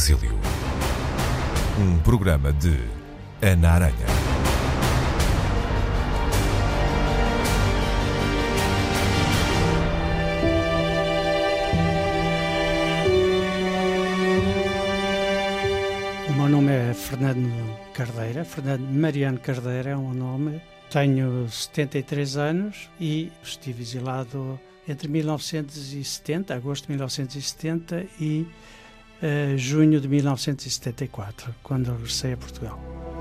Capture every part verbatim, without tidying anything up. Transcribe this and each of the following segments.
Exílio. Um programa de Ana Aranha. O meu nome é Fernando Cardeira, Fernando Mariano Cardeira é o meu nome. Tenho setenta e três anos e estive exilado entre mil novecentos e setenta, agosto de mil novecentos e setenta e uh, junho de mil novecentos e setenta e quatro, quando regressei a Portugal.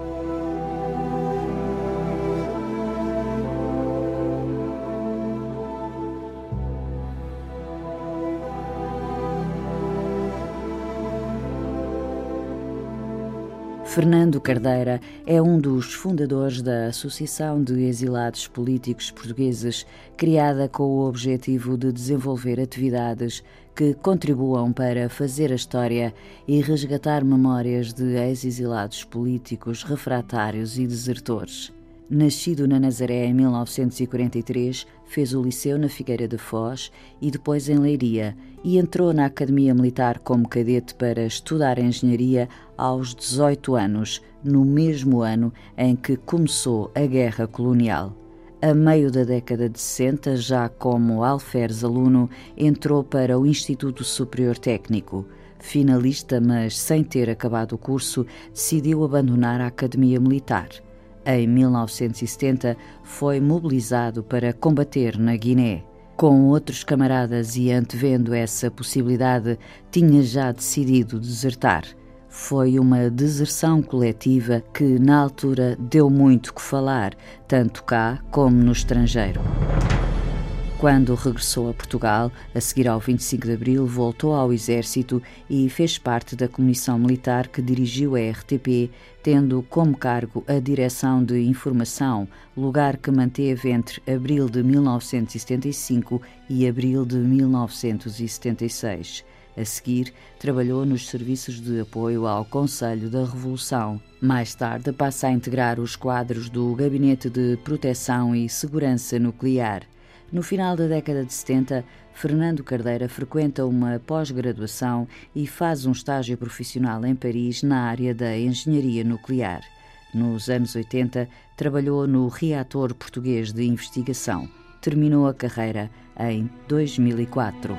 Fernando Cardeira é um dos fundadores da Associação de Exilados Políticos Portugueses, criada com o objetivo de desenvolver atividades que contribuam para fazer a história e resgatar memórias de ex-exilados políticos, refratários e desertores. Nascido na Nazaré em mil novecentos e quarenta e três, fez o liceu na Figueira de Foz e depois em Leiria e entrou na Academia Militar como cadete para estudar engenharia aos dezoito anos, no mesmo ano em que começou a Guerra Colonial. A meio da década de sessenta, já como alferes aluno, entrou para o Instituto Superior Técnico. Finalista, mas sem ter acabado o curso, decidiu abandonar a Academia Militar. Em mil novecentos e setenta, foi mobilizado para combater na Guiné. Com outros camaradas e antevendo essa possibilidade, tinha já decidido desertar. Foi uma deserção coletiva que, na altura, deu muito que falar, tanto cá como no estrangeiro. Quando regressou a Portugal, a seguir ao vinte e cinco de abril, voltou ao Exército e fez parte da Comissão Militar que dirigiu a R T P, tendo como cargo a Direção de Informação, lugar que manteve entre abril de mil novecentos e setenta e cinco e abril de mil novecentos e setenta e seis. A seguir, trabalhou nos serviços de apoio ao Conselho da Revolução. Mais tarde, passa a integrar os quadros do Gabinete de Proteção e Segurança Nuclear. No final da década de setenta, Fernando Cardeira frequenta uma pós-graduação e faz um estágio profissional em Paris na área da engenharia nuclear. Nos anos oitenta, trabalhou no Reator Português de Investigação. Terminou a carreira em dois mil e quatro.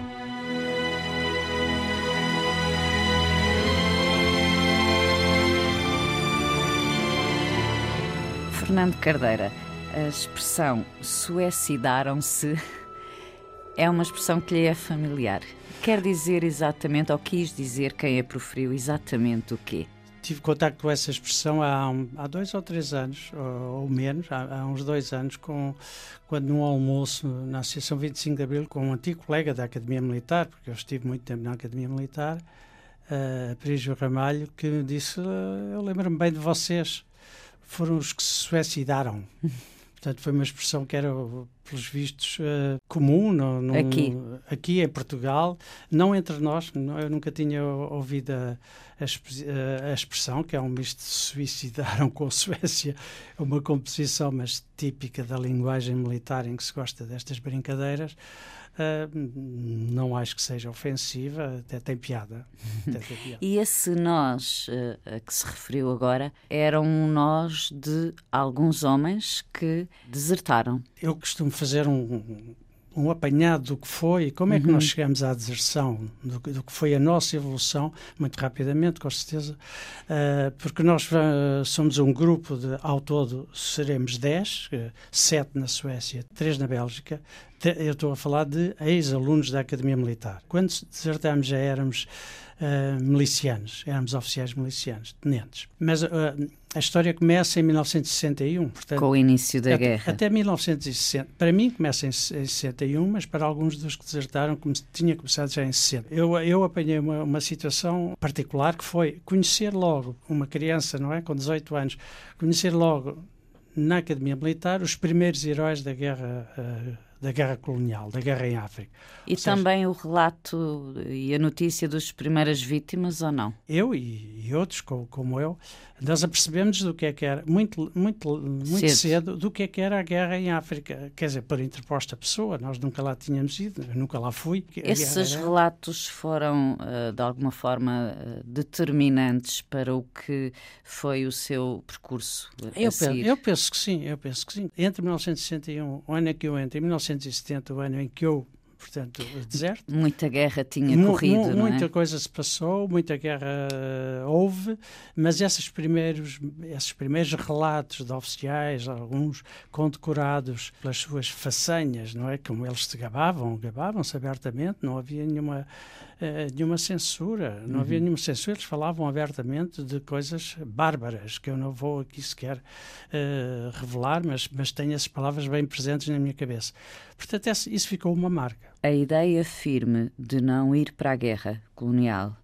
Fernando Cardeira, a expressão suicidaram-se é uma expressão que lhe é familiar. Quer dizer exatamente, ou quis dizer quem a proferiu exatamente o quê? Tive contacto com essa expressão há, um, há dois ou três anos, ou, ou menos, há, há uns dois anos, com, quando num almoço na Associação vinte e cinco de abril com um antigo colega da Academia Militar, porque eu estive muito tempo na Academia Militar, uh, Prígio Ramalho, que me disse, uh, eu lembro-me bem de vocês, foram os que se suicidaram. Portanto, foi uma expressão que era, pelos vistos, uh, comum no, no, aqui. aqui em Portugal, não entre nós. Não, eu nunca tinha ouvido a, a, a expressão, que é um misto de suicidaram com a Suécia, uma composição, mas típica da linguagem militar em que se gosta destas brincadeiras. Uh, não acho que seja ofensiva, até tem piada. Até tem piada. E esse nós uh, a que se referiu agora era um nós de alguns homens que desertaram. Eu costumo fazer um, um apanhado do que foi e como é que uhum. nós chegamos à deserção, do, do que foi a nossa evolução, muito rapidamente, com certeza, uh, porque nós uh, somos um grupo, de, ao todo seremos dez, uh, sete na Suécia, três na Bélgica. Eu estou a falar de ex-alunos da Academia Militar. Quando desertámos já éramos uh, milicianos, éramos oficiais milicianos, tenentes. Mas uh, a história começa em mil novecentos e sessenta e um. Portanto, com o início da até, guerra. Até mil novecentos e sessenta. Para mim começa em, em sessenta e um, mas para alguns dos que desertaram como tinha começado já em sessenta. Eu, eu apanhei uma, uma situação particular que foi conhecer logo uma criança, não é, com dezoito anos, conhecer logo na Academia Militar os primeiros heróis da guerra uh, da guerra colonial, da guerra em África. E seja, também o relato e a notícia das primeiras vítimas, ou não? Eu e, e outros como, como eu, nós apercebemos do que é que era, muito, muito, muito cedo. cedo, do que é que era a guerra em África. Quer dizer, por interposta pessoa, nós nunca lá tínhamos ido, eu nunca lá fui. Esses era... relatos foram, de alguma forma, determinantes para o que foi o seu percurso a eu seguir? Penso, eu penso que sim, eu penso que sim. Entre mil novecentos e sessenta e um, o ano em que eu entro, e mil novecentos e setenta, o ano em que eu, portanto, deserto. Muita guerra tinha mu corrido, mu não é? Muita coisa se passou, muita guerra uh, houve, mas esses primeiros, esses primeiros relatos de oficiais, alguns condecorados pelas suas façanhas, não é? Como eles se gabavam, gabavam-se abertamente, não havia nenhuma, uh, nenhuma censura, não uhum. havia nenhuma censura, eles falavam abertamente de coisas bárbaras, que eu não vou aqui sequer uh, revelar, mas, mas tenho essas palavras bem presentes na minha cabeça. Portanto, isso ficou uma marca. A ideia firme de não ir para a guerra colonial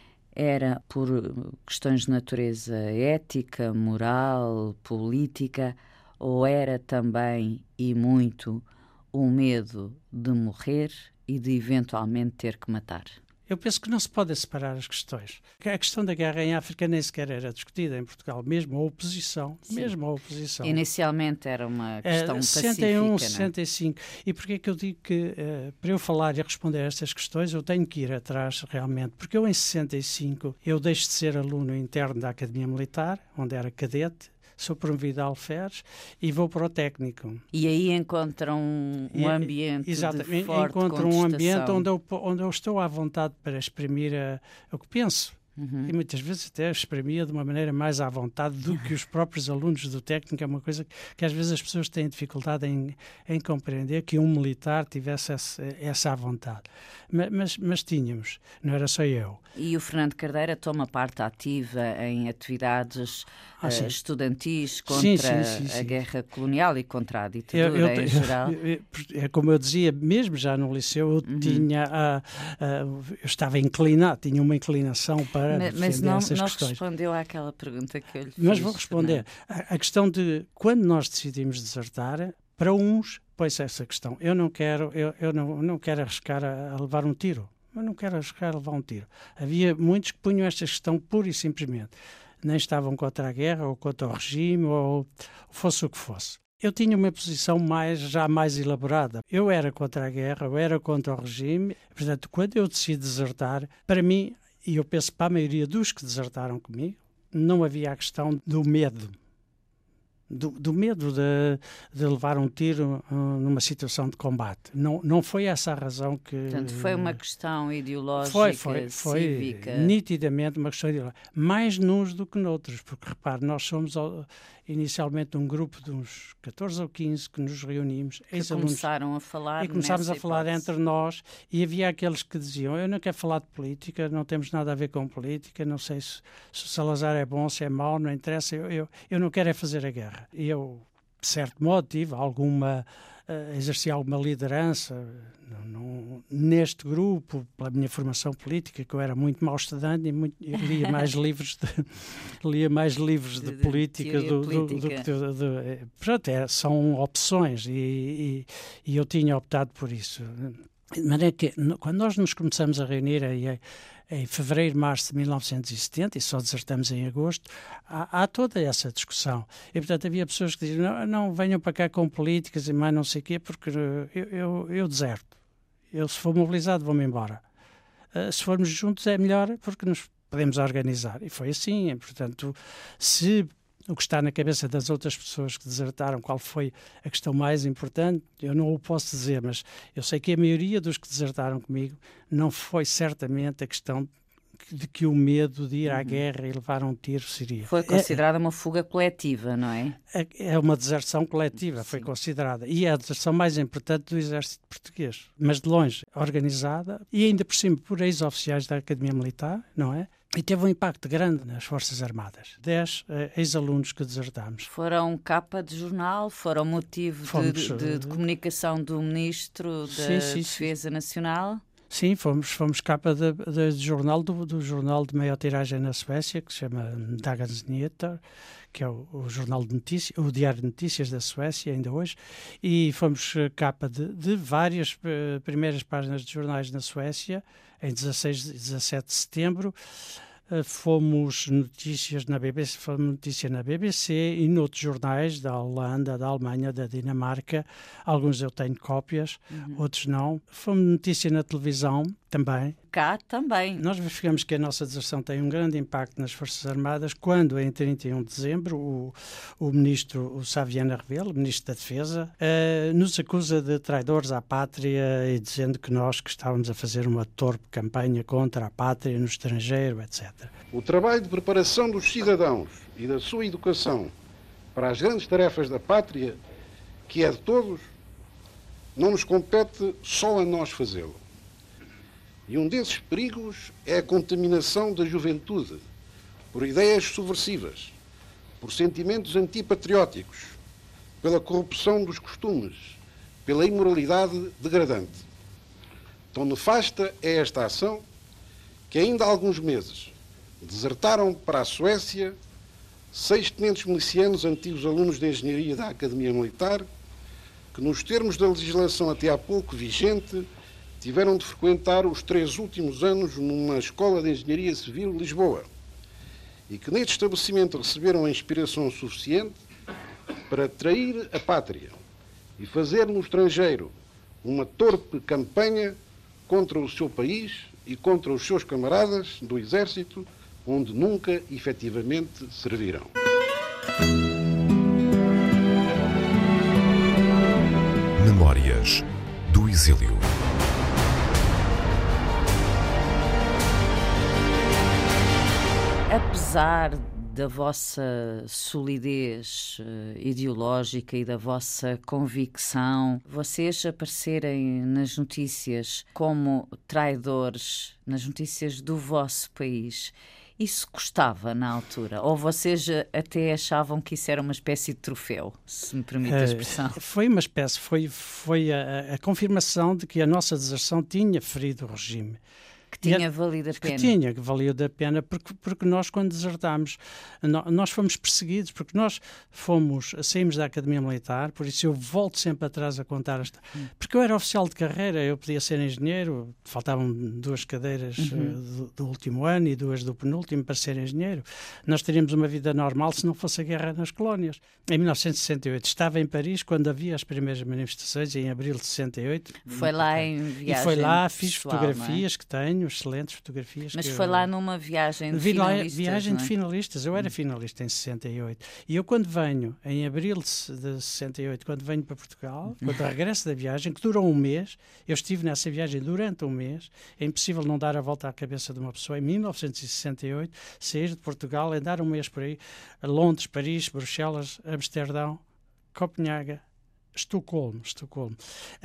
era por questões de natureza ética, moral, política, ou era também, e muito, o medo de morrer e de eventualmente ter que matar? Eu penso que não se pode separar as questões. A questão da guerra em África nem sequer era discutida em Portugal, mesmo a oposição. Sim. Mesmo a oposição. Inicialmente era uma questão é, pacífica, sessenta e um, não é? sessenta e cinco. E porquê é que eu digo que, uh, para eu falar e responder a estas questões, eu tenho que ir atrás realmente? Porque eu, em sessenta e cinco, eu deixo de ser aluno interno da Academia Militar, onde era cadete, sou promovido a alferes e vou para o técnico. E aí encontram um, um ambiente Exatamente, de forte encontro um ambiente onde eu, onde eu estou à vontade para exprimir a, o que penso. Uhum. E muitas vezes até exprimia de uma maneira mais à vontade do que os próprios alunos do técnico. É uma coisa que, que às vezes as pessoas têm dificuldade em, em compreender, que um militar tivesse essa, essa à vontade. Mas, mas, mas tínhamos, não era só eu. E o Fernando Cardeira toma parte ativa em atividades ah, uh, estudantis contra sim, sim, sim, sim. a guerra colonial e contra a ditadura eu, eu, em geral? É como eu dizia, mesmo já no liceu, eu, uhum. tinha a, a, eu estava inclinado, tinha uma inclinação para Mas, mas não, essas não questões. respondeu àquela pergunta que eu lhe fiz. Mas vou responder. A, a questão de quando nós decidimos desertar, para uns, pois essa questão. Eu não quero, eu, eu não, não quero arriscar a, a levar um tiro. Eu não quero arriscar a levar um tiro. Havia muitos que punham esta questão pura e simplesmente. Nem estavam contra a guerra ou contra o regime ou fosse o que fosse. Eu tinha uma posição mais, já mais elaborada. Eu era contra a guerra, eu era contra o regime. Portanto, quando eu decidi desertar, para mim, e eu penso para a maioria dos que desertaram comigo, não havia a questão do medo. Do, do medo de, de levar um tiro uh, numa situação de combate. Não, não foi essa a razão que... Portanto, foi uma questão ideológica, foi, foi, foi cívica. Nitidamente uma questão ideológica. Mais nos do que noutros, porque, repare, nós somos inicialmente um grupo de uns catorze ou quinze que nos reunimos. Que começaram a falar E começámos a falar hipótese. entre nós, e havia aqueles que diziam, eu não quero falar de política, não temos nada a ver com política, não sei se, se o Salazar é bom, se é mau, não interessa, eu, eu, eu não quero é fazer a guerra. E eu, de certo modo, tive alguma, uh, exerci alguma liderança no, no, neste grupo, pela minha formação política, que eu era muito mau estudante e muito, eu lia mais livros de, lia mais livros de, de política de do, política. do, do que de, de, pronto, é, são opções e, e, e eu tinha optado por isso. De maneira que, quando nós nos começamos a reunir aí, em fevereiro, março de mil novecentos e setenta, e só desertamos em agosto, há, há toda essa discussão. E, portanto, havia pessoas que diziam, não, não venham para cá com políticas e mais não sei o quê, porque eu, eu, eu deserto. Eu, se for mobilizado, vou-me embora. Uh, se formos juntos é melhor, porque nos podemos organizar. E foi assim. E, portanto, se o que está na cabeça das outras pessoas que desertaram, qual foi a questão mais importante, eu não o posso dizer, mas eu sei que a maioria dos que desertaram comigo não foi certamente a questão de que o medo de ir à guerra e levar um tiro seria. Foi considerada é, uma fuga coletiva, não é? É uma deserção coletiva, foi Sim. considerada. E é a deserção mais importante do exército português. Mas de longe, organizada, e ainda por cima por ex-oficiais da Academia Militar, não é? E teve um impacto grande nas Forças Armadas. Dez uh, ex-alunos que desertámos. Foram capa de jornal? Foram motivo Fomos, de, de, de comunicação do Ministro da sim, sim, Defesa sim. Nacional? Sim, fomos, fomos capa de, de, de jornal, do, do jornal de maior tiragem na Suécia, que se chama Dagens Nyheter, que é o, o jornal de notícias, o Diário de Notícias da Suécia, ainda hoje, e fomos capa de, de várias uh, primeiras páginas de jornais na Suécia, em dezasseis e dezassete de setembro. Uh, fomos notícias na B B C, fomos notícia na B B C e noutros jornais da Holanda, da Alemanha, da Dinamarca. Alguns eu tenho cópias, uhum. outros não. Fomos notícia na televisão também. Cá também. Nós verificamos que a nossa deserção tem um grande impacto nas Forças Armadas quando, em trinta e um de dezembro, o, o ministro, o Xavier Rebelo, ministro da Defesa, uh, nos acusa de traidores à pátria e dizendo que nós que estávamos a fazer uma torpe campanha contra a pátria no estrangeiro, etcétera. O trabalho de preparação dos cidadãos e da sua educação para as grandes tarefas da pátria, que é de todos, não nos compete só a nós fazê-lo. E um desses perigos é a contaminação da juventude por ideias subversivas, por sentimentos antipatrióticos, pela corrupção dos costumes, pela imoralidade degradante. Tão nefasta é esta ação que ainda há alguns meses desertaram para a Suécia seis tenentes milicianos, antigos alunos de engenharia da Academia Militar, que nos termos da legislação até há pouco vigente tiveram de frequentar os três últimos anos numa escola de engenharia civil de Lisboa e que neste estabelecimento receberam a inspiração suficiente para trair a pátria e fazer no estrangeiro uma torpe campanha contra o seu país e contra os seus camaradas do Exército, onde nunca efetivamente serviram. Memórias do Exílio. Apesar da vossa solidez uh, ideológica e da vossa convicção, vocês aparecerem nas notícias como traidores, nas notícias do vosso país, isso custava na altura? Ou vocês até achavam que isso era uma espécie de troféu, se me permite a expressão? Uh, foi uma espécie, foi, foi a, a confirmação de que a nossa deserção tinha ferido o regime. Que tinha valido a pena. Que tinha, que valeu a pena, porque, porque nós, quando desertámos, nós fomos perseguidos, porque nós fomos, saímos da Academia Militar, por isso eu volto sempre atrás a contar esta... Hum. Porque eu era oficial de carreira, eu podia ser engenheiro, faltavam duas cadeiras uhum. do, do último ano e duas do penúltimo para ser engenheiro. Nós teríamos uma vida normal se não fosse a guerra nas colónias. Em mil novecentos e sessenta e oito, estava em Paris quando havia as primeiras manifestações, em abril de sessenta e oito. Foi lá em viagem E foi lá, fiz pessoal, fotografias que tenho, excelentes fotografias. Mas que foi eu... lá numa viagem de Vi finalistas, lá, viagem não é? de finalistas. Eu era finalista em sessenta e oito. E eu, quando venho, em abril de sessenta e oito, quando venho para Portugal, quando regresso da viagem, que durou um mês, eu estive nessa viagem durante um mês, é impossível não dar a volta à cabeça de uma pessoa. Em mil novecentos e sessenta e oito, sair de Portugal, andar um mês por aí, a Londres, Paris, Bruxelas, Amsterdão, Copenhaga, Estocolmo, Estocolmo.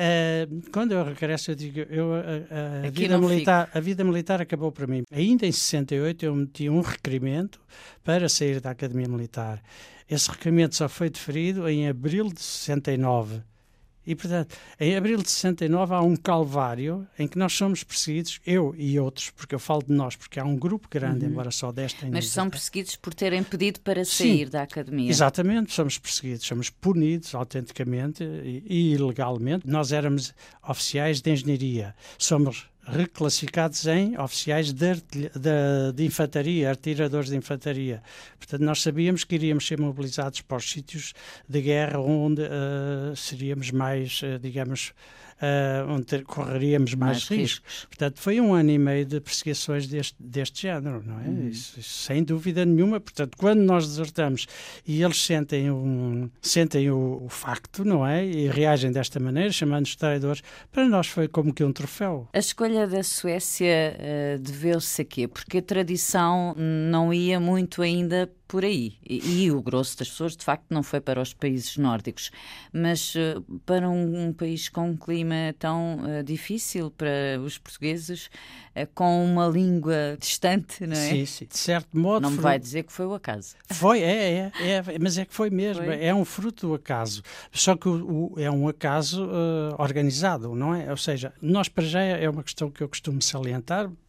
Uh, quando eu regresso, eu digo, eu, a, a, vida militar, a vida militar acabou para mim. Ainda em sessenta e oito eu meti um requerimento para sair da Academia Militar. Esse requerimento só foi deferido em abril de sessenta e nove. E, portanto, em abril de sessenta e nove há um calvário em que nós somos perseguidos, eu e outros, porque eu falo de nós, porque há um grupo grande, uhum. embora só dez tenham... Mas são perseguidos por terem pedido para sair Sim, da academia. Exatamente, somos perseguidos, somos punidos autenticamente e, e ilegalmente. Nós éramos oficiais de engenharia, somos reclassificados em oficiais de, de, de infantaria, atiradores de infantaria. Portanto, nós sabíamos que iríamos ser mobilizados para os sítios de guerra onde uh, seríamos mais, uh, digamos, uh, onde ter, correríamos mais, mais riscos. riscos. Portanto, foi um ano e meio de perseguições deste, deste género, não é? Uhum. Isso, isso, sem dúvida nenhuma. Portanto, quando nós desertamos e eles sentem, um, sentem o, o facto, não é? E reagem desta maneira, chamando-nos traidores, para nós foi como que um troféu. A escolha da Suécia uh, deveu-se a quê? Porque a tradição não ia muito ainda por aí. E, e o grosso das pessoas, de facto, não foi para os países nórdicos. Mas uh, para um, um país com um clima tão uh, difícil para os portugueses, uh, com uma língua distante, não é? Sim, sim. De certo modo... Não me foi... vai dizer que foi o acaso. Foi, é, é, é, mas é que foi mesmo. Foi. É um fruto do acaso. Só que o, o, é um acaso uh, organizado, não é? Ou seja, nós para já é uma questão que eu costumo salientar,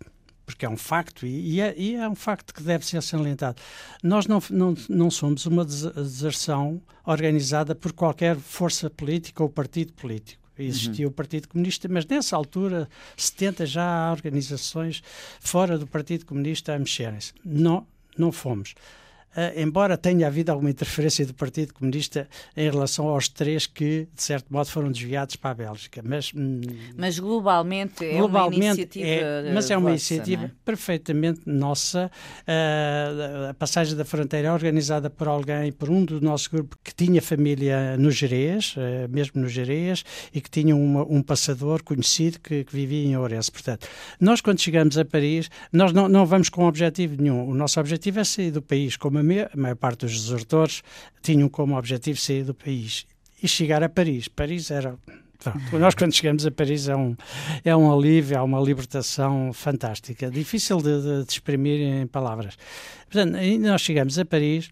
porque é um facto, e, e, é, e é um facto que deve ser salientado. Nós não, não, não somos uma deserção organizada por qualquer força política ou partido político. Existia uhum. o Partido Comunista, mas nessa altura, setenta, já há organizações fora do Partido Comunista a mexerem-se. Não, não fomos. Uh, embora tenha havido alguma interferência do Partido Comunista em relação aos três que, de certo modo, foram desviados para a Bélgica. Mas, hum, mas globalmente é globalmente uma iniciativa é, Mas é uma vossa, iniciativa é? perfeitamente nossa. Uh, a passagem da fronteira é organizada por alguém, por um do nosso grupo, que tinha família no Gerês, uh, mesmo no Gerês, e que tinha uma, um passador conhecido que, que vivia em Ourense. Portanto, nós quando chegamos a Paris, nós não, não vamos com objetivo nenhum. O nosso objetivo é sair do país, como a maior parte dos desertores tinham como objetivo sair do país e chegar a Paris. Paris era... Pronto, nós quando chegamos a Paris é um, é um alívio, é uma libertação fantástica, difícil de, de, de exprimir em palavras. Portanto, nós chegamos a Paris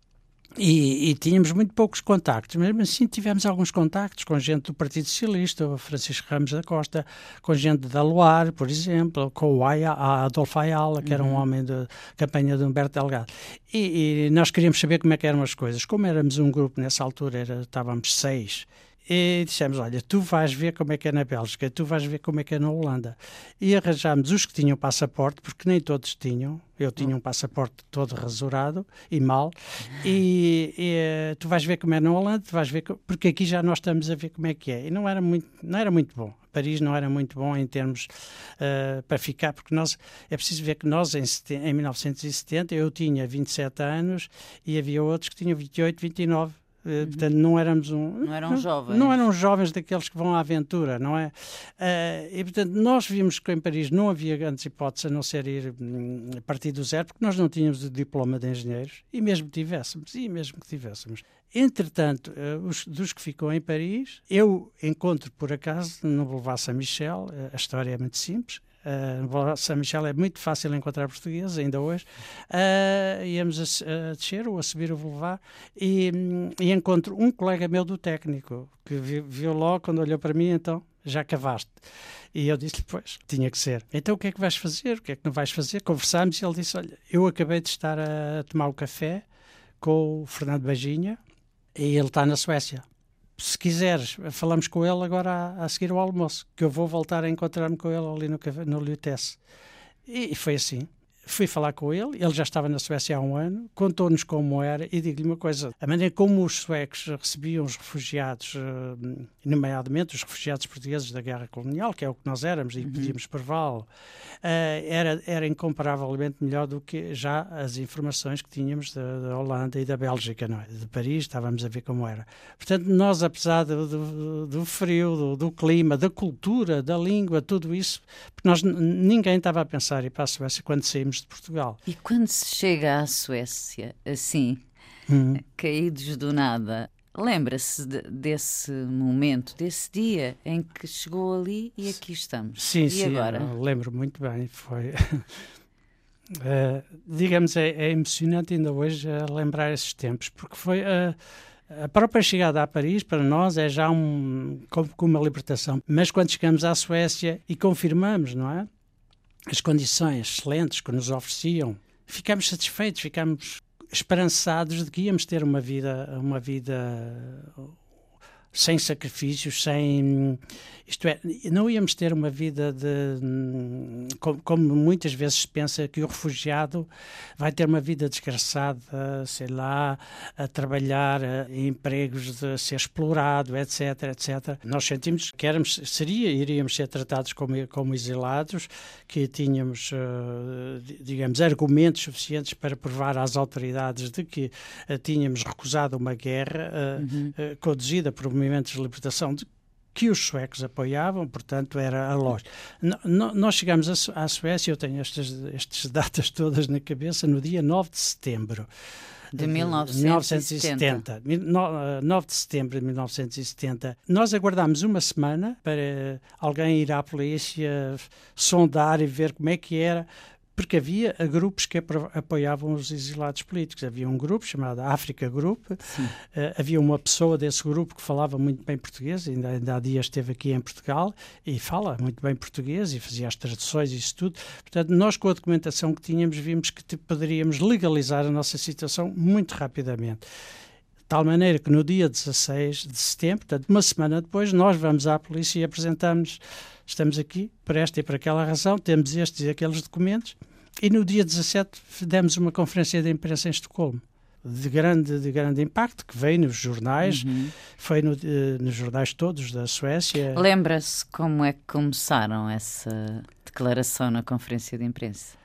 E, e tínhamos muito poucos contactos, mesmo assim tivemos alguns contactos com gente do Partido Socialista, o Francisco Ramos da Costa, com gente da Loire, por exemplo, com o Aya, a Adolfo Ayala, que era um homem de campanha de Humberto Delgado. E, e nós queríamos saber como é que eram as coisas. Como éramos um grupo nessa altura, era, estávamos seis, e dissemos, olha, tu vais ver como é que é na Bélgica, tu vais ver como é que é na Holanda. E arranjámos os que tinham passaporte, porque nem todos tinham. Eu tinha um passaporte todo rasurado e mal. E, e tu vais ver como é na Holanda, tu vais ver, porque aqui já nós estamos a ver como é que é. E não era muito, não era muito bom. Paris não era muito bom em termos uh, para ficar, porque nós, é preciso ver que nós em, em mil novecentos e setenta, eu tinha vinte e sete anos e havia outros que tinham vinte e oito, vinte e nove. Uh, portanto, não éramos um... Não eram não, jovens. Não eram jovens daqueles que vão à aventura, não é? Uh, e, portanto, nós vimos que em Paris não havia grandes hipóteses a não ser ir um, a partir do zero, porque nós não tínhamos o diploma de engenheiros, e mesmo tivéssemos, e mesmo que tivéssemos. Entretanto, uh, os, dos que ficou em Paris, eu encontro, por acaso, no Boulevard Saint-Michel, uh, a história é muito simples. Uh, no Boulevard Saint-Michel é muito fácil encontrar portugueses, ainda hoje. Uh, íamos a, a descer ou a subir o boulevard e, e encontro um colega meu do técnico, que viu, viu logo, quando olhou para mim, então, já cavaste. E eu disse-lhe, pois, tinha que ser. Então o que é que vais fazer? O que é que não vais fazer? Conversámos e ele disse, olha, eu acabei de estar a tomar o café com o Fernando Baginha e ele está na Suécia. Se quiseres, falamos com ele agora a, a seguir o almoço, que eu vou voltar a encontrar-me com ele ali no, no Lutece. E, e foi assim. Fui falar com ele, ele já estava na Suécia há um ano, contou-nos como era e digo-lhe uma coisa, a maneira como os suecos recebiam os refugiados, uh, nomeadamente os refugiados portugueses da guerra colonial, que é o que nós éramos e uhum. podíamos prová-lo, uh, era, era incomparavelmente melhor do que já as informações que tínhamos da, da Holanda e da Bélgica, não é? De Paris, estávamos a ver como era. Portanto, nós, apesar do, do, do frio, do, do clima, da cultura, da língua, tudo isso, porque nós, ninguém estava a pensar em ir para a Suécia quando saímos de Portugal. E quando se chega à Suécia, assim, hum. caídos do nada, lembra-se de, desse momento, desse dia em que chegou ali e aqui estamos? Sim, e sim, agora? Eu lembro muito bem. Foi, uh, digamos, é, é emocionante ainda hoje uh, lembrar esses tempos, porque foi uh, a própria chegada a Paris, para nós, é já um, como, como uma libertação. Mas quando chegamos à Suécia e confirmamos, não é? As condições excelentes que nos ofereciam, ficámos satisfeitos, ficámos esperançados de que íamos ter uma vida, uma vida sem sacrifícios, sem... Isto é, não íamos ter uma vida de... Como, como muitas vezes se pensa que o refugiado vai ter uma vida desgraçada, sei lá, a trabalhar em empregos, de ser explorado, etc, etcétera. Nós sentimos que éramos, seria, iríamos ser tratados como, como exilados, que tínhamos, digamos, argumentos suficientes para provar às autoridades de que tínhamos recusado uma guerra uhum. conduzida por movimentos de libertação de que os suecos apoiavam, portanto era a lógica. Nós chegamos à Suécia, eu tenho estas, estas datas todas na cabeça, no dia nove de setembro de mil novecentos e setenta. nove de setembro de mil novecentos e setenta. Nós aguardámos uma semana para alguém ir à polícia, sondar e ver como é que era, porque havia grupos que apoiavam os exilados políticos. Havia um grupo chamado África Group, uh, havia uma pessoa desse grupo que falava muito bem português, ainda, ainda há dias esteve aqui em Portugal e fala muito bem português e fazia as traduções e isso tudo. Portanto, nós com a documentação que tínhamos vimos que tipo, poderíamos legalizar a nossa situação muito rapidamente. De tal maneira que no dia dezasseis de setembro, portanto, uma semana depois, nós vamos à polícia e apresentamos, estamos aqui por esta e por aquela razão, temos estes e aqueles documentos, e no dia dezassete demos uma conferência de imprensa em Estocolmo, de grande, de grande impacto, que veio nos jornais, uhum. foi no, nos jornais todos da Suécia. Lembra-se como é que começaram essa declaração na conferência de imprensa?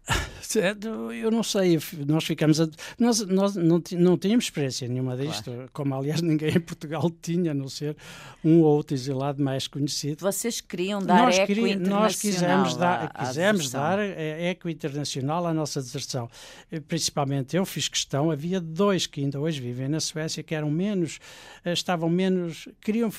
Eu não sei, nós ficamos a, nós, nós não, não tínhamos experiência nenhuma disto, claro. Como aliás ninguém em Portugal tinha, a não ser um ou outro exilado mais conhecido. Vocês queriam dar nós eco queria, internacional Nós quisemos dar, à, quisemos dar eco internacional à nossa deserção. Principalmente eu fiz questão, havia dois que ainda hoje vivem na Suécia que eram menos, estavam menos, queriam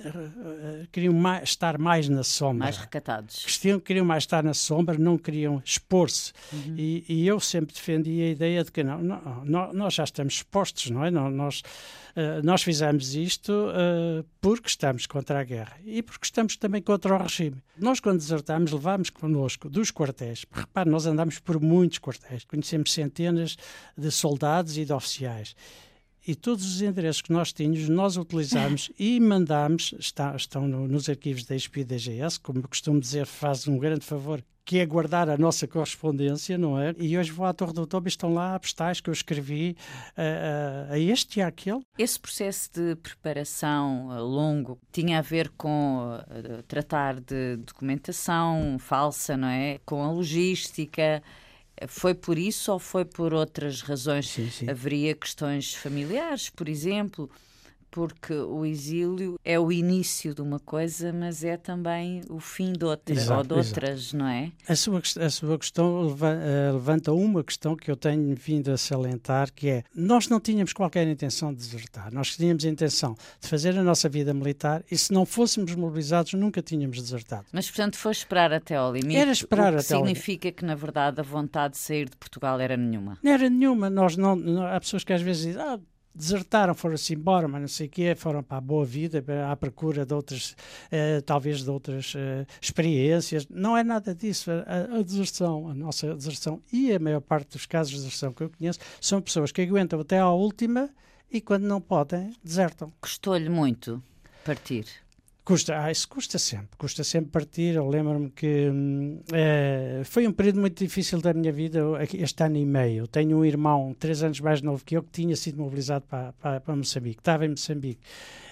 queriam mais, estar mais na sombra. Mais recatados. Queriam, queriam mais estar na sombra, não queriam expor-se. Uhum. E, e eu sempre defendi a ideia de que não, não, nós já estamos expostos, não é? Nós, uh, nós fizemos isto uh, porque estamos contra a guerra e porque estamos também contra o regime. Nós, quando desertamos, levámos connosco dos quartéis. Repare, nós andamos por muitos quartéis, conhecemos centenas de soldados e de oficiais. E todos os endereços que nós tínhamos, nós utilizámos e mandámos, está, estão no, nos arquivos da I S P e da G S, como eu costumo dizer, faz um grande favor, que é guardar a nossa correspondência, não é? E hoje vou à Torre do Tobo e estão lá postais que eu escrevi a, a, a este e àquele. Esse processo de preparação longo tinha a ver com uh, tratar de documentação falsa, não é? Com a logística. Foi por isso ou foi por outras razões? Sim, sim. Haveria questões familiares, por exemplo, porque o exílio é o início de uma coisa, mas é também o fim de outra, exato, ou de outras, exato. Não é? A sua, a sua questão levanta uma questão que eu tenho vindo a salientar, que é, nós não tínhamos qualquer intenção de desertar, nós tínhamos a intenção de fazer a nossa vida militar e se não fôssemos mobilizados nunca tínhamos desertado. Mas, portanto, foi esperar até ao limite. Era esperar o que até ao limite. Significa que, na verdade, a vontade de sair de Portugal era nenhuma? Não era nenhuma. Nós não, não, há pessoas que às vezes dizem, ah, desertaram, foram-se embora, mas não sei o quê, foram para a boa vida, à procura de outras, eh, talvez de outras eh, experiências. Não é nada disso. A, a deserção, a nossa deserção e a maior parte dos casos de deserção que eu conheço são pessoas que aguentam até à última e quando não podem, desertam. Custou-lhe muito partir? Custa, ah, isso custa sempre, custa sempre partir. Eu lembro-me que hum, é, foi um período muito difícil da minha vida, este ano e meio. Eu tenho um irmão três anos mais novo que eu que tinha sido mobilizado para, para, para Moçambique, estava em Moçambique.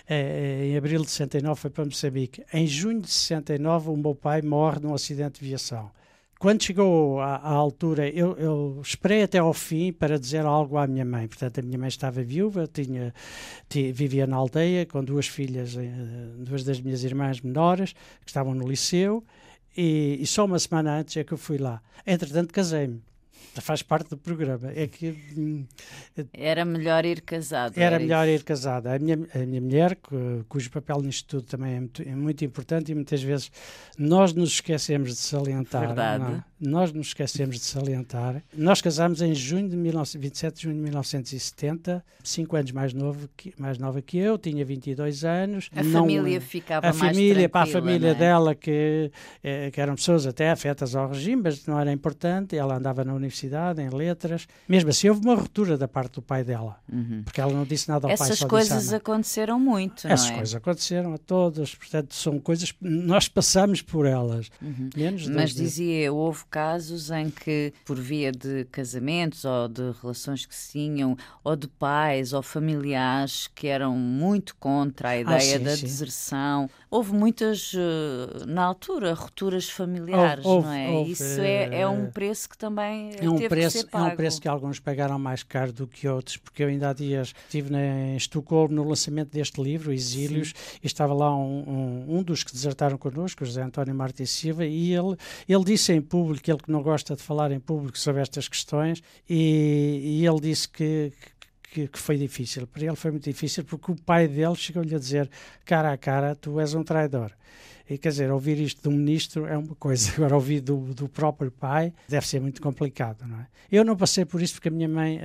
É, em abril de sessenta e nove foi para Moçambique. Em junho de sessenta e nove o meu pai morre num acidente de viação. Quando chegou à, à altura, eu, eu esperei até ao fim para dizer algo à minha mãe. Portanto, a minha mãe estava viúva, tinha, tinha, vivia na aldeia com duas filhas, duas das minhas irmãs menores, que estavam no liceu, e, e só uma semana antes é que eu fui lá. Entretanto, casei-me. Faz parte do programa. É que, hum, era melhor ir casado. Era, era melhor isso. ir casada. A minha, a minha mulher, cujo papel nisto tudo também é muito, é muito importante e muitas vezes nós nos esquecemos de salientar. Verdade. Não, nós nos esquecemos de salientar. Nós casámos em junho de vinte e sete de junho de mil novecentos e setenta, cinco anos mais, novo que, mais nova que eu, tinha vinte e dois anos. A não, família ficava a mais família, Para a tranquila, família não é? dela, que, que eram pessoas até afetas ao regime, mas não era importante. Ela andava na universidade, em letras. Mesmo assim, houve uma ruptura da parte do pai dela, uhum. porque ela não disse nada ao Essas pai. Essas coisas aconteceram muito, não Essas é? coisas aconteceram a todas, portanto, são coisas que nós passamos por elas. Uhum. Menos Mas dizia eu, houve casos em que, por via de casamentos ou de relações que se tinham, ou de pais ou familiares que eram muito contra a ideia ah, sim, da sim. deserção, houve muitas, na altura, rupturas familiares, houve, não é? Houve, Isso é, é um preço que também é um teve preço, que ser pago. É um preço que alguns pagaram mais caro do que outros, porque eu ainda há dias estive na, em Estocolmo no lançamento deste livro, Exílios, sim. e estava lá um, um, um dos que desertaram connosco, o José António Martins Silva, e ele, ele disse em público, ele que não gosta de falar em público sobre estas questões, e, e ele disse que, que que, que foi difícil. Para ele foi muito difícil porque o pai dele chegou-lhe a dizer cara a cara, tu és um traidor. E, quer dizer, ouvir isto de um ministro é uma coisa, agora ouvir do, do próprio pai deve ser muito complicado, não é? Eu não passei por isso porque a minha mãe,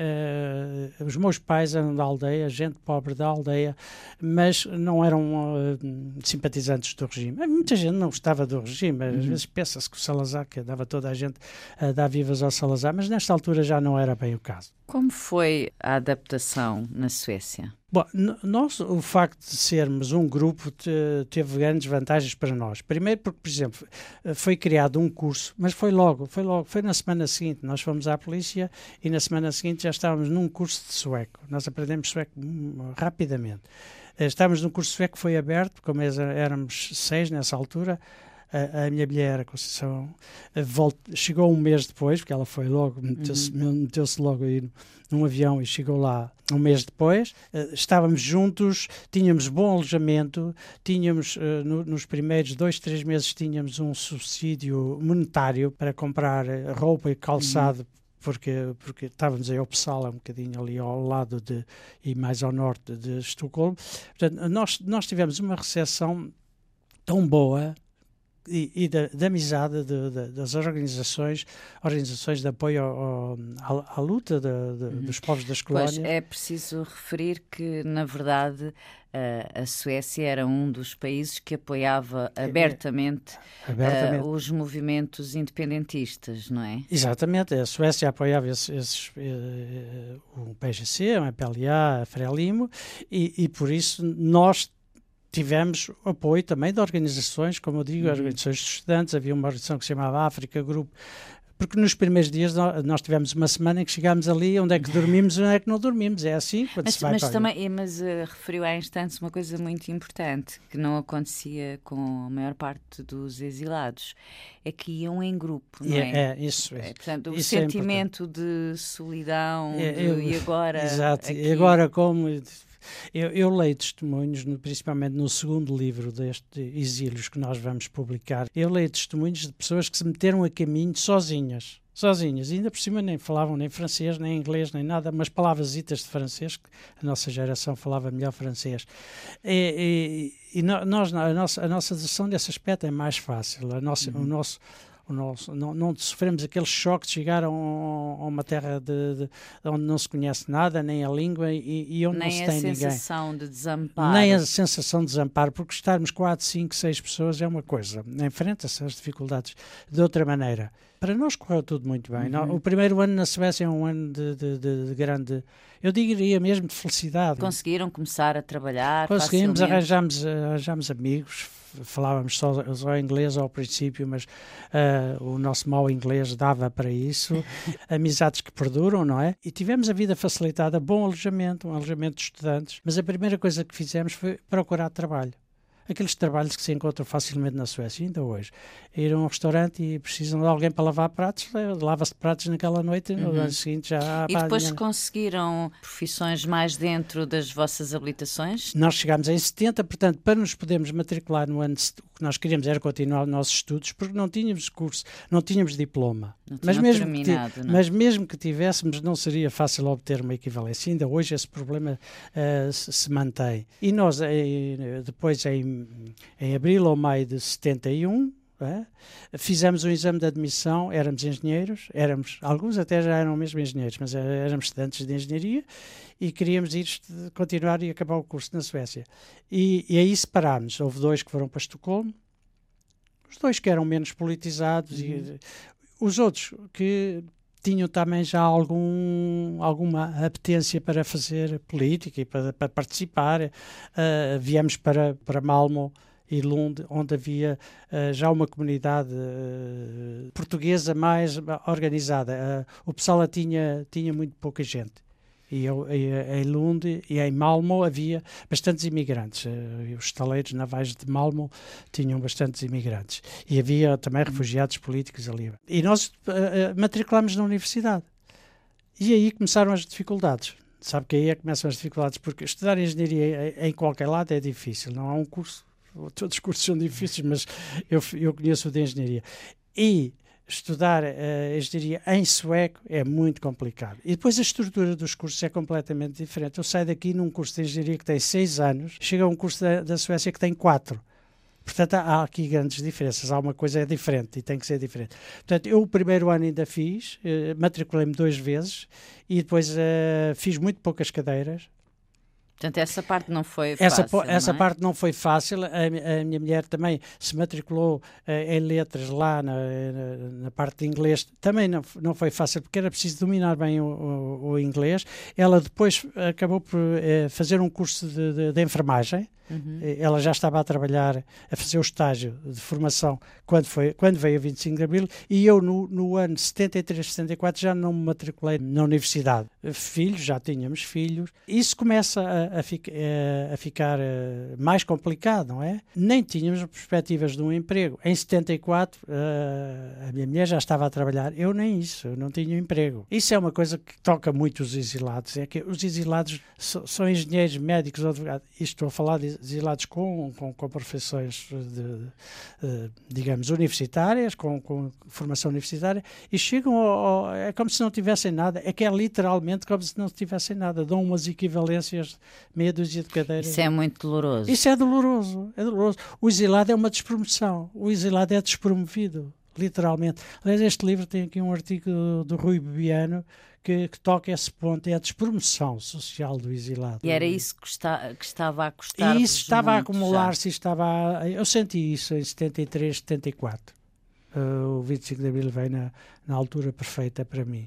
uh, os meus pais eram da aldeia, gente pobre da aldeia, mas não eram uh, simpatizantes do regime. Muita gente não gostava do regime, às uhum. vezes pensa-se que o Salazar, que dava toda a gente a dar vivas ao Salazar, mas nesta altura já não era bem o caso. Como foi a adaptação na Suécia? Bom, nós, o facto de sermos um grupo te, teve grandes vantagens para nós. Primeiro porque, por exemplo, foi criado um curso, mas foi logo, foi logo, foi na semana seguinte. Nós fomos à polícia e na semana seguinte já estávamos num curso de sueco. Nós aprendemos sueco rapidamente. Estávamos num curso sueco que foi aberto, como éramos seis nessa altura. A, a minha mulher, a Conceição, volt, chegou um mês depois, porque ela foi logo, meteu-se, uhum. meteu-se logo aí num avião e chegou lá um mês depois. Uh, estávamos juntos, tínhamos bom alojamento, tínhamos, uh, no, nos primeiros dois, três meses, tínhamos um subsídio monetário para comprar roupa e calçado, uhum. porque, porque estávamos em Uppsala, um bocadinho ali ao lado de, e mais ao norte de Estocolmo. Portanto, nós, nós tivemos uma recepção tão boa, E, e da, da amizade de, de, das organizações, organizações de apoio ao, ao, à luta de, de, uhum. dos povos das colónias. Pois, é preciso referir que, na verdade, a, a Suécia era um dos países que apoiava abertamente, é, abertamente. Uh, os movimentos independentistas, não é? Exatamente, a Suécia apoiava esses, esses, uh, o P G C, o P L A, a Frelimo, e, e por isso nós tivemos apoio também de organizações, como eu digo, uhum. organizações de estudantes. Havia uma organização que se chamava África Group, porque nos primeiros dias nós, nós tivemos uma semana em que chegámos ali, onde é que dormimos e onde é que não dormimos. É assim quando mas, se vai mas para também, Mas uh, referiu há instantes uma coisa muito importante, que não acontecia com a maior parte dos exilados, é que iam em grupo, não é? É, é isso. É, portanto, o isso sentimento é de solidão, é, de, eu, e agora... Exato, aqui... e agora como... Eu, eu leio testemunhos, no, principalmente no segundo livro deste Exílios que nós vamos publicar, eu leio testemunhos de pessoas que se meteram a caminho sozinhas, sozinhas, e ainda por cima nem falavam nem francês, nem inglês, nem nada, mas palavras-itas de francês, que a nossa geração falava melhor francês. E, e, e nós, a nossa, a nossa decisão desse aspecto é mais fácil, a nossa, uhum. o nosso... O nosso, não, não sofremos aquele choque de chegar a, um, a uma terra de, de, onde não se conhece nada, nem a língua e, e onde nem não se tem ninguém. Nem a sensação de desamparo. Nem a sensação de desamparo, porque estarmos quatro, cinco, seis pessoas é uma coisa. Enfrenta-se as dificuldades de outra maneira. Para nós correu tudo muito bem. Uhum. O primeiro ano na Suécia é um ano de, de, de, de grande, eu diria mesmo de felicidade. Conseguiram começar a trabalhar Conseguimos, facilmente. arranjamos, arranjamos amigos, falávamos só, só inglês ao princípio, mas uh, o nosso mau inglês dava para isso. Amizades que perduram, não é? E tivemos a vida facilitada, bom alojamento, um alojamento de estudantes, mas a primeira coisa que fizemos foi procurar trabalho. Aqueles trabalhos que se encontram facilmente na Suécia, ainda hoje. Ir a um restaurante e precisam de alguém para lavar pratos, lava-se pratos naquela noite e no uhum. ano seguinte já... E depois conseguiram profissões mais dentro das vossas habilitações? Nós chegámos em setenta, portanto, para nos podermos matricular no ano, o que nós queríamos era continuar os nossos estudos, porque não tínhamos curso, não tínhamos diploma. Não mas, mesmo terminado, que, não? mas mesmo que tivéssemos, não seria fácil obter uma equivalência. Ainda hoje esse problema uh, se, se mantém. E nós, em, depois, em, em abril ou maio de setenta e um, é, fizemos um exame de admissão, éramos engenheiros, éramos, alguns até já eram mesmo engenheiros, mas éramos estudantes de engenharia e queríamos ir continuar e acabar o curso na Suécia. E, e aí separámos. Houve dois que foram para Estocolmo, os dois que eram menos politizados, uhum. e os outros que tinham também já algum, alguma apetência para fazer política e para, para participar. Uh, viemos para, para Malmö e Lund, onde havia uh, já uma comunidade uh, portuguesa mais organizada. Uh, o Uppsala tinha, tinha muito pouca gente. E eu, em Lund e em Malmö havia bastantes imigrantes. Uh, os estaleiros navais de Malmö tinham bastantes imigrantes. E havia também refugiados políticos ali. E nós uh, matriculámos na universidade. E aí começaram as dificuldades. Sabe que aí é que começam as dificuldades, porque estudar engenharia em qualquer lado é difícil. Não há um curso, todos os cursos são difíceis, mas eu, eu conheço o de engenharia. E estudar uh, engenharia em sueco é muito complicado. E depois a estrutura dos cursos é completamente diferente. Eu saio daqui num curso de engenharia que tem seis anos, chego a um curso da, da Suécia que tem quatro. Portanto, há aqui grandes diferenças. Há uma coisa é diferente e tem que ser diferente. Portanto, eu o primeiro ano ainda fiz, uh, matriculei-me duas vezes e depois uh, fiz muito poucas cadeiras. Portanto, essa parte não foi essa, fácil, Essa não é? parte não foi fácil. A, a minha mulher também se matriculou uh, em letras lá na, na, na parte de inglês. Também não, não foi fácil, porque era preciso dominar bem o, o, o inglês. Ela depois acabou por uh, fazer um curso de, de, de enfermagem. Uhum. Ela já estava a trabalhar, a fazer o estágio de formação quando, foi, quando veio a vinte e cinco de Abril, e eu no, no ano setenta e três, setenta e quatro já não me matriculei na universidade. Filhos, já tínhamos filhos. Isso começa a, a, fica, a, a ficar mais complicado, não é? Nem tínhamos perspectivas de um emprego. Em setenta e quatro a minha mulher já estava a trabalhar, eu nem isso, eu não tinha emprego. Isso é uma coisa que toca muito os exilados, é que os exilados so, são engenheiros, médicos, advogados. Isto estou a falar de exilados com, com, com profissões, de, de, digamos, universitárias, com, com formação universitária, e chegam ao, ao, é como se não tivessem nada, é que é literalmente como se não tivessem nada, dão umas equivalências, meia dúzia de cadeiras. Isso é muito doloroso. Isso é doloroso, é doloroso. O exilado é uma despromoção, o exilado é despromovido, literalmente. Aliás, este livro tem aqui um artigo do, do Rui Bebiano, Que, que toca esse ponto, é a despromoção social do exilado. E era isso que, está, que estava a custar. E isso estava a acumular-se, estava a, eu senti isso em setenta e três, setenta e quatro. Uh, o vinte e cinco de Abril veio na, na altura perfeita para mim.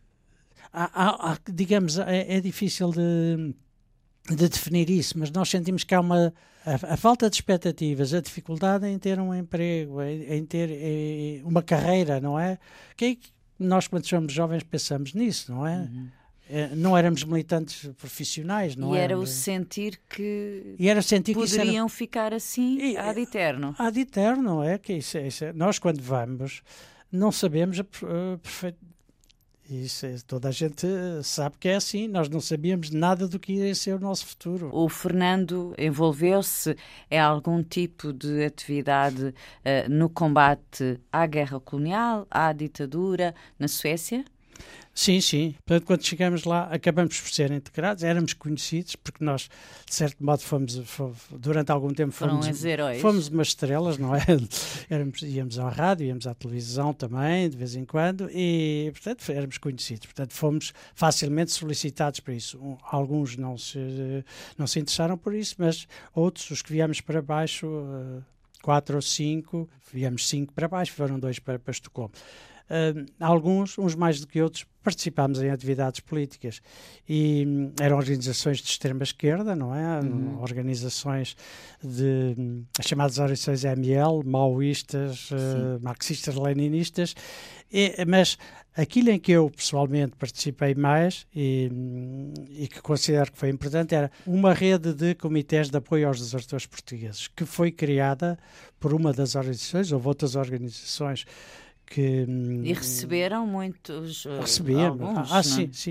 Há, há, há, digamos, é, é difícil de, de definir isso, mas nós sentimos que há uma a, a falta de expectativas, a dificuldade em ter um emprego, em, em ter em, uma carreira, não é? Que é que nós, quando somos jovens, pensamos nisso, não é? Uhum. Não éramos militantes profissionais, não é? E era éramos... o sentir que e era sentir poderiam que era... ficar assim e, ad eterno. Ad eterno, não é? Que isso, isso é... Nós, quando vamos, não sabemos a uh, perfeito. Isso é, toda a gente sabe que é assim, nós não sabíamos nada do que ia ser o nosso futuro. O Fernando envolveu-se em algum tipo de atividade uh, no combate à guerra colonial, à ditadura na Suécia? Sim, sim. Portanto, quando chegamos lá, acabamos por ser integrados, éramos conhecidos, porque nós, de certo modo, fomos, fomos durante algum tempo, fomos, fomos umas estrelas, não é? Éramos, íamos à rádio, íamos à televisão também, de vez em quando, e, portanto, éramos conhecidos. Portanto, fomos facilmente solicitados para isso. Um, alguns não se, não se interessaram por isso, mas outros, os que viemos para baixo, uh, quatro ou cinco, viemos cinco para baixo, foram dois para, para Estocolmo. Uh, alguns, uns mais do que outros, participámos em atividades políticas e um, eram organizações de extrema-esquerda, não é? Uhum. Organizações de um, as chamadas organizações M L, maoístas, uh, marxistas-leninistas, e, mas aquilo em que eu pessoalmente participei mais e, um, e que considero que foi importante era uma rede de comitês de apoio aos desertores portugueses, que foi criada por uma das organizações, ou outras organizações. Que, e receberam muitos recebíamos. alguns, ah, sim, sim.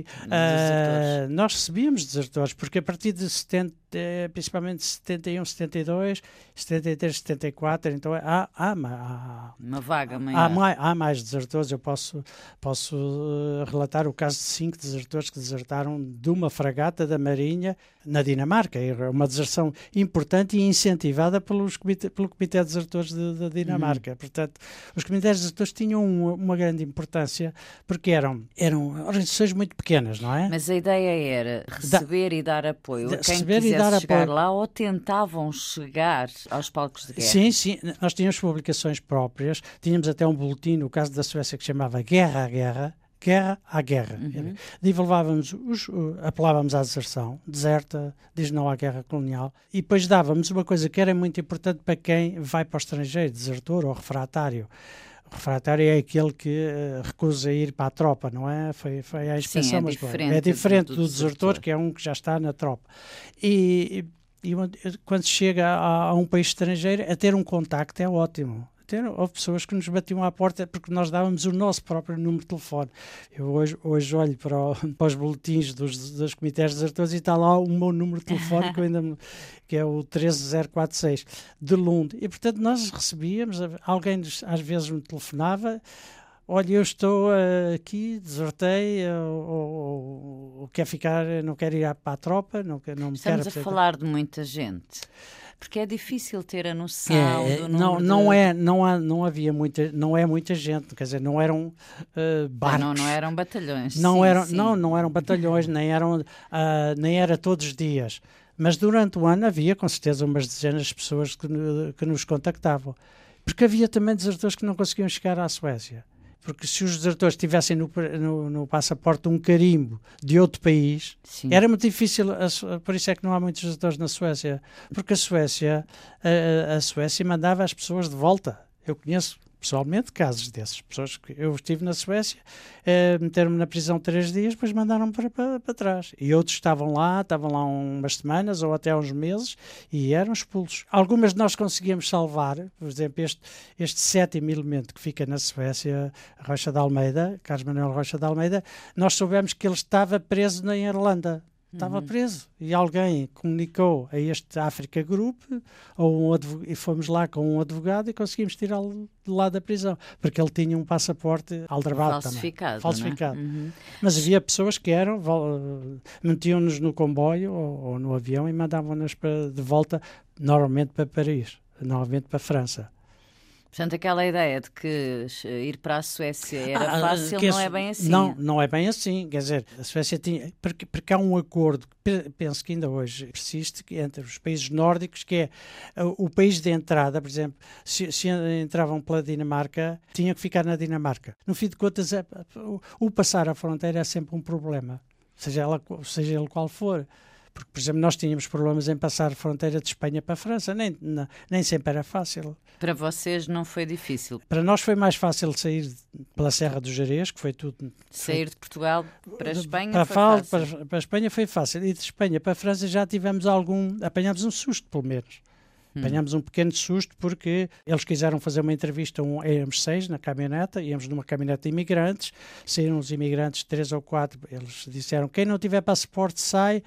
Uh, nós recebíamos desertores, porque a partir de setenta, principalmente setenta e um, setenta e dois, setenta e três, setenta e quatro, então há, há, há uma vaga maior. Há mais, há mais desertores. Eu posso, posso uh, relatar o caso de cinco desertores que desertaram de uma fragata da Marinha na Dinamarca. É uma deserção importante e incentivada pelos comité, pelo Comitê de Desertores de, de Dinamarca. Uhum. Portanto, os comitês de desertores tinham uma, uma grande importância porque eram, eram organizações muito pequenas, não é? Mas a ideia era receber da, e dar apoio a quem receber quisesse e dar chegar apoio. lá, ou tentavam chegar aos palcos de guerra? Sim, sim. Nós tínhamos publicações próprias, tínhamos até um boletim, no caso da Suécia, que chamava Guerra à Guerra, Guerra à Guerra. Uhum. Divulgávamos, os, apelávamos à deserção, deserta, diz não à guerra colonial, e depois dávamos uma coisa que era muito importante para quem vai para o estrangeiro, desertor ou refratário. O refratário é aquele que uh, recusa ir para a tropa, não é? Foi, foi a inspeção, Sim, é mas diferente, é diferente do, do, do desertor, desertor, que é um que já está na tropa. E, e quando se chega a, a um país estrangeiro, a ter um contacto é ótimo. Houve pessoas que nos batiam à porta porque nós dávamos o nosso próprio número de telefone. Eu hoje, hoje olho para, o, para os boletins dos, dos comitês desertores e está lá o meu número de telefone, que, ainda, que é o treze zero quatro seis de Lund. E, portanto, nós recebíamos, alguém às vezes me telefonava, olha, eu estou uh, aqui, desertei, uh, ou, ou, ou quer ficar, não quero ir para a tropa, não, não me Estamos quero... a falar de muita gente. Porque é difícil ter a noção é, do não, número não de... é, não, há, não havia muita, não é muita gente, quer dizer, não eram uh, barcos. Não, não eram batalhões. Não, sim, eram, sim. não, não eram batalhões, nem, eram, uh, nem era todos os dias. Mas durante o ano havia, com certeza, umas dezenas de pessoas que, que nos contactavam. Porque havia também desertores que não conseguiam chegar à Suécia. Porque se os desertores tivessem no, no, no passaporte um carimbo de outro país, sim, era muito difícil, a, por isso é que não há muitos desertores na Suécia, porque a Suécia, a, a Suécia mandava as pessoas de volta. Eu conheço pessoalmente casos desses, pessoas que eu estive na Suécia, eh, meteram-me na prisão três dias, depois mandaram-me para, para, para trás. E outros estavam lá, estavam lá umas semanas ou até uns meses e eram expulsos. Algumas de nós conseguíamos salvar, por exemplo, este, este sétimo elemento que fica na Suécia, Rocha de Almeida, Carlos Manuel Rocha de Almeida, nós soubemos que ele estava preso na Irlanda. Estava uhum. preso e alguém comunicou a este Africa Group ou um advogado, e fomos lá com um advogado e conseguimos tirá-lo de lá da prisão, porque ele tinha um passaporte aldrabado falsificado, também. Falsificado. Uhum. Mas havia pessoas que eram, metiam-nos no comboio ou, ou no avião e mandavam-nos de volta, normalmente para Paris, normalmente para a França. Portanto, aquela ideia de que ir para a Suécia era ah, fácil, não é bem assim. Não, não é bem assim. Quer dizer, a Suécia tinha... Porque, porque há um acordo, penso que ainda hoje persiste, entre os países nórdicos, que é o, o país de entrada, por exemplo, se, se entravam pela Dinamarca, tinham que ficar na Dinamarca. No fim de contas, é, o, o passar a fronteira é sempre um problema, seja, ela, seja ele qual for. Porque, por exemplo, nós tínhamos problemas em passar a fronteira de Espanha para a França, nem, não, nem sempre era fácil. Para vocês não foi difícil? Para nós foi mais fácil sair pela Serra do Gerês, que foi tudo... Sair de Portugal para a Espanha para foi fácil? fácil? Para, para a Espanha foi fácil. E de Espanha para a França já tivemos algum... Apanhámos um susto, pelo menos. Hum. Apanhámos um pequeno susto porque eles quiseram fazer uma entrevista, um, éramos seis na caminhoneta, íamos numa caminhoneta de imigrantes, saíram os imigrantes, três ou quatro, eles disseram, quem não tiver passaporte sai...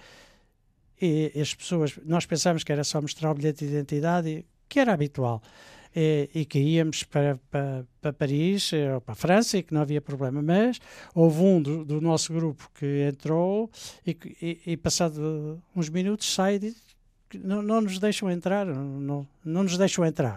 E as pessoas, nós pensámos que era só mostrar o bilhete de identidade, que era habitual, e, e que íamos para, para, para Paris ou para a França e que não havia problema, mas houve um do, do nosso grupo que entrou e, e, e passado uns minutos sai e não, não nos deixam entrar, não, não nos deixam entrar.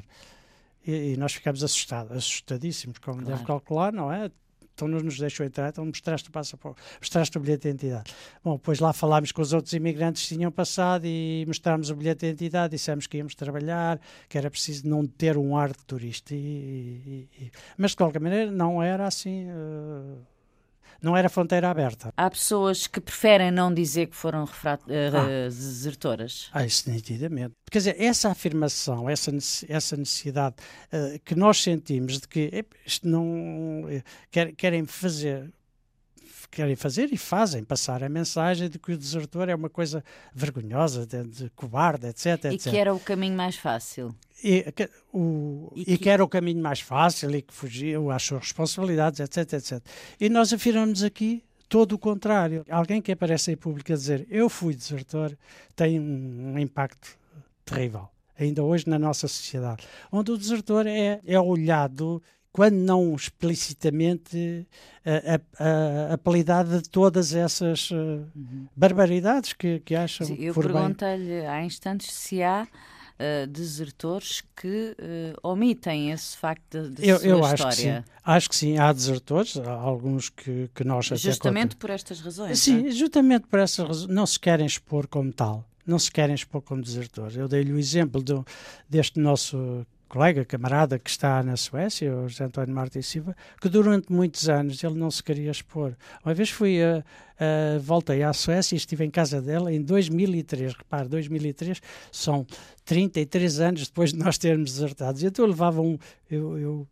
E, e nós ficámos assustados, assustadíssimos, como claro. Deve calcular, não é? Então não nos deixou entrar, então mostraste o passaporte, mostraste o bilhete de identidade. Bom, depois lá falámos com os outros imigrantes que tinham passado e mostrámos o bilhete de identidade, dissemos que íamos trabalhar, que era preciso não ter um ar de turista. E, e, e, mas de qualquer maneira não era assim... Uh, não era fronteira aberta. Há pessoas que preferem não dizer que foram refrat... ah. desertoras. Ah, isso nitidamente. Quer dizer, essa afirmação, essa, essa necessidade uh, que nós sentimos de que isto não... Quer, querem fazer... querem fazer e fazem passar a mensagem de que o desertor é uma coisa vergonhosa, de, de cobarde, etc, E etcétera. que era o caminho mais fácil. E que, o, e, que... e que era o caminho mais fácil e que fugiu às suas responsabilidades, etc, etcétera. E nós afirmamos aqui todo o contrário. Alguém que aparece em público a dizer eu fui desertor tem um, um impacto terrível, ainda hoje na nossa sociedade, onde o desertor é, é olhado... quando não explicitamente a, a, a apelidade de todas essas uh, uhum. barbaridades que, que acham. Eu perguntei-lhe há instantes se há uh, desertores que uh, omitem esse facto de, de eu, sua eu história. Acho que sim. Acho que sim, há desertores, há alguns que, que nós... Justamente até por estas razões. Sim, é? justamente por essas razões. Não se querem expor como tal, não se querem expor como desertores. Eu dei-lhe o exemplo do, deste nosso... colega, camarada que está na Suécia, o José António Martins Silva, que durante muitos anos ele não se queria expor. Uma vez fui, a, a, voltei à Suécia e estive em casa dela em dois mil e três, repare, dois mil e três são trinta e três anos depois de nós termos desertado. Então eu levava um, eu, eu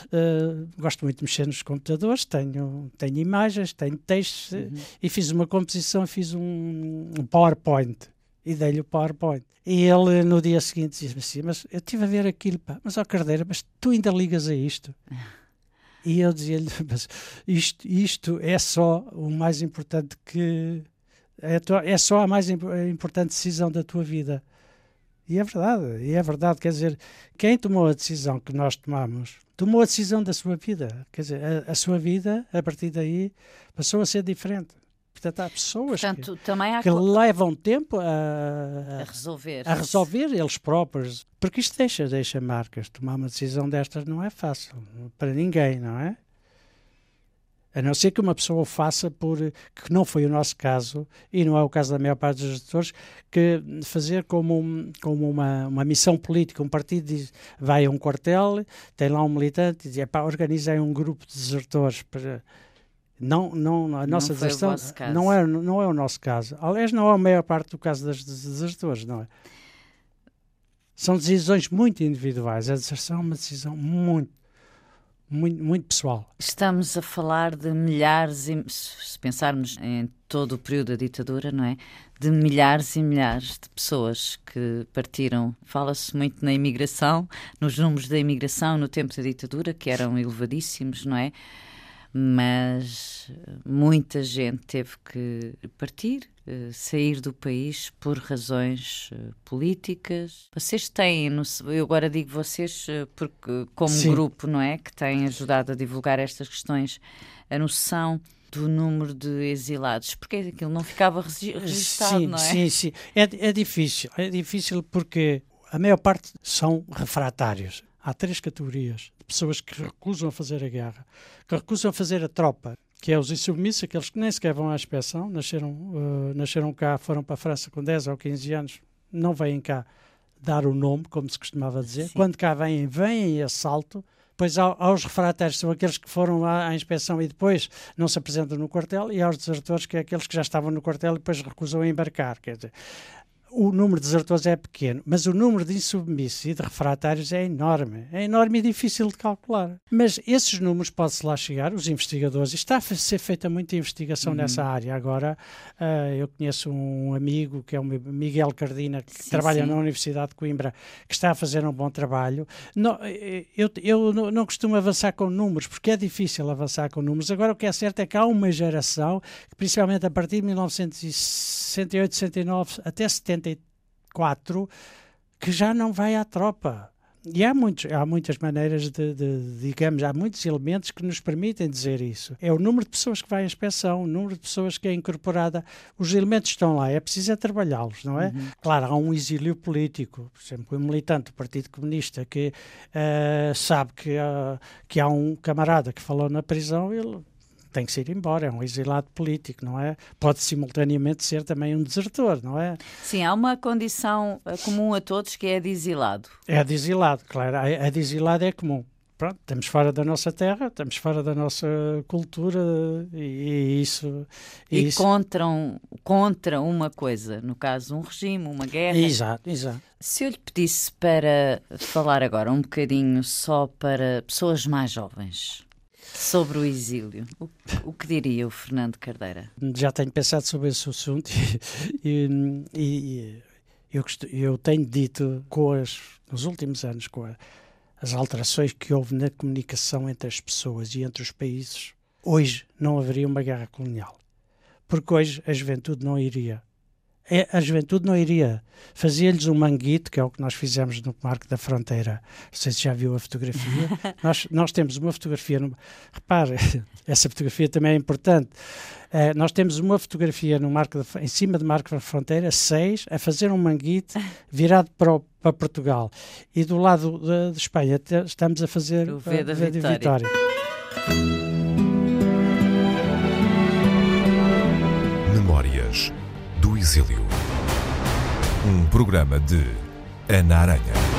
uh, gosto muito de mexer nos computadores, tenho, tenho imagens, tenho textos, uhum. e fiz uma composição, fiz um, um PowerPoint. E dei-lhe o PowerPoint. E ele no dia seguinte disse-me assim, mas eu estive a ver aquilo, pá, mas ó Cardeira, mas tu ainda ligas a isto? E eu dizia-lhe, mas isto, isto é só o mais importante que... É, tua, é só a mais imp- importante decisão da tua vida. E é verdade, e é verdade, quer dizer, quem tomou a decisão que nós tomamos, tomou a decisão da sua vida, quer dizer, a, a sua vida, a partir daí, passou a ser diferente. Portanto, há pessoas Portanto, que, também há que co- levam tempo a, a, a resolver. a resolver eles próprios, porque isto deixa, deixa marcas. Tomar uma decisão destas não é fácil, para ninguém, não é? A não ser que uma pessoa o faça por, que não foi o nosso caso, e não é o caso da maior parte dos gestores, que fazer como, um, como uma, uma missão política. Um partido diz, vai a um quartel, tem lá um militante e diz, epá, organizem um grupo de desertores. Para... Não, não, a nossa Não foi o deserção vosso caso. não é, não é o nosso caso. Aliás, não é a maior parte do caso dos desertores, não é? São decisões muito individuais. A deserção é uma decisão muito, Muito, muito pessoal. Estamos a falar de milhares, e, se pensarmos em todo o período da ditadura, não é? De milhares e milhares de pessoas que partiram. Fala-se muito na imigração, nos números da imigração no tempo da ditadura, que eram elevadíssimos, não é? Mas muita gente teve que partir, sair do país por razões políticas. Vocês têm, eu agora digo vocês porque como Sim. grupo, não é, que têm ajudado a divulgar estas questões, a noção do número de exilados, porque aquilo não ficava regi- registado, sim, não é? Sim, sim. É, é difícil. É difícil porque a maior parte são refratários. Há três categorias de pessoas que recusam a fazer a guerra, que recusam a fazer a tropa, que é os insubmissos, aqueles que nem sequer vão à inspeção, nasceram, uh, nasceram cá, foram para a França com dez ou quinze anos, não vêm cá dar o nome, como se costumava dizer. Sim. Quando cá vêm, vêm em assalto. Depois há, há os refratários, são aqueles que foram lá à inspeção e depois não se apresentam no quartel, e há os desertores, que é aqueles que já estavam no quartel e depois recusam a embarcar. Quer dizer, o número de desertores é pequeno, mas o número de insubmissos e de refratários é enorme. É enorme e difícil de calcular. Mas esses números pode-se lá chegar, os investigadores, está a ser feita muita investigação uhum. nessa área. Agora, uh, eu conheço um amigo, que é o Miguel Cardina, que sim, trabalha sim. na Universidade de Coimbra, que está a fazer um bom trabalho. Não, eu, eu não costumo avançar com números, porque é difícil avançar com números. Agora, o que é certo é que há uma geração, que principalmente a partir de mil novecentos e sessenta e oito, sessenta e nove até setenta e quatro, que já não vai à tropa. E há, muitos, há muitas maneiras de, de, digamos, há muitos elementos que nos permitem dizer isso. É o número de pessoas que vai à inspeção, o número de pessoas que é incorporada, os elementos estão lá, é preciso é trabalhá-los, não é? Uhum. Claro, há um exílio político, por exemplo, um militante do Partido Comunista que uh, sabe que, uh, que há um camarada que falou na prisão, ele tem que se ir embora, é um exilado político, não é? Pode simultaneamente ser também um desertor, não é? Sim, há uma condição comum a todos que é a de exilado. É a de exilado, claro, a, a de exilado é comum. Pronto, estamos fora da nossa terra, estamos fora da nossa cultura e, e isso... E, e isso... Contra, um, contra uma coisa, no caso um regime, uma guerra. Exato, exato. Se eu lhe pedisse para falar agora um bocadinho só para pessoas mais jovens... sobre o exílio, o, o que diria o Fernando Cardeira? Já tenho pensado sobre esse assunto e, e, e eu, eu tenho dito, com as, nos últimos anos, com a, as alterações que houve na comunicação entre as pessoas e entre os países, hoje não haveria uma guerra colonial. Porque hoje a juventude não iria. A juventude não iria. Fazia-lhes um manguito, que é o que nós fizemos no Marco da Fronteira. Não sei se já viu a fotografia. nós, nós temos uma fotografia... No... Repare, essa fotografia também é importante. Uh, nós temos uma fotografia no Marco da... em cima do Marco da Fronteira, seis, a fazer um manguito virado para, o, para Portugal. E do lado de, de Espanha te, estamos a fazer o V da Vitória. Vitória. Memórias do Exílio. Um programa de Ana Aranha.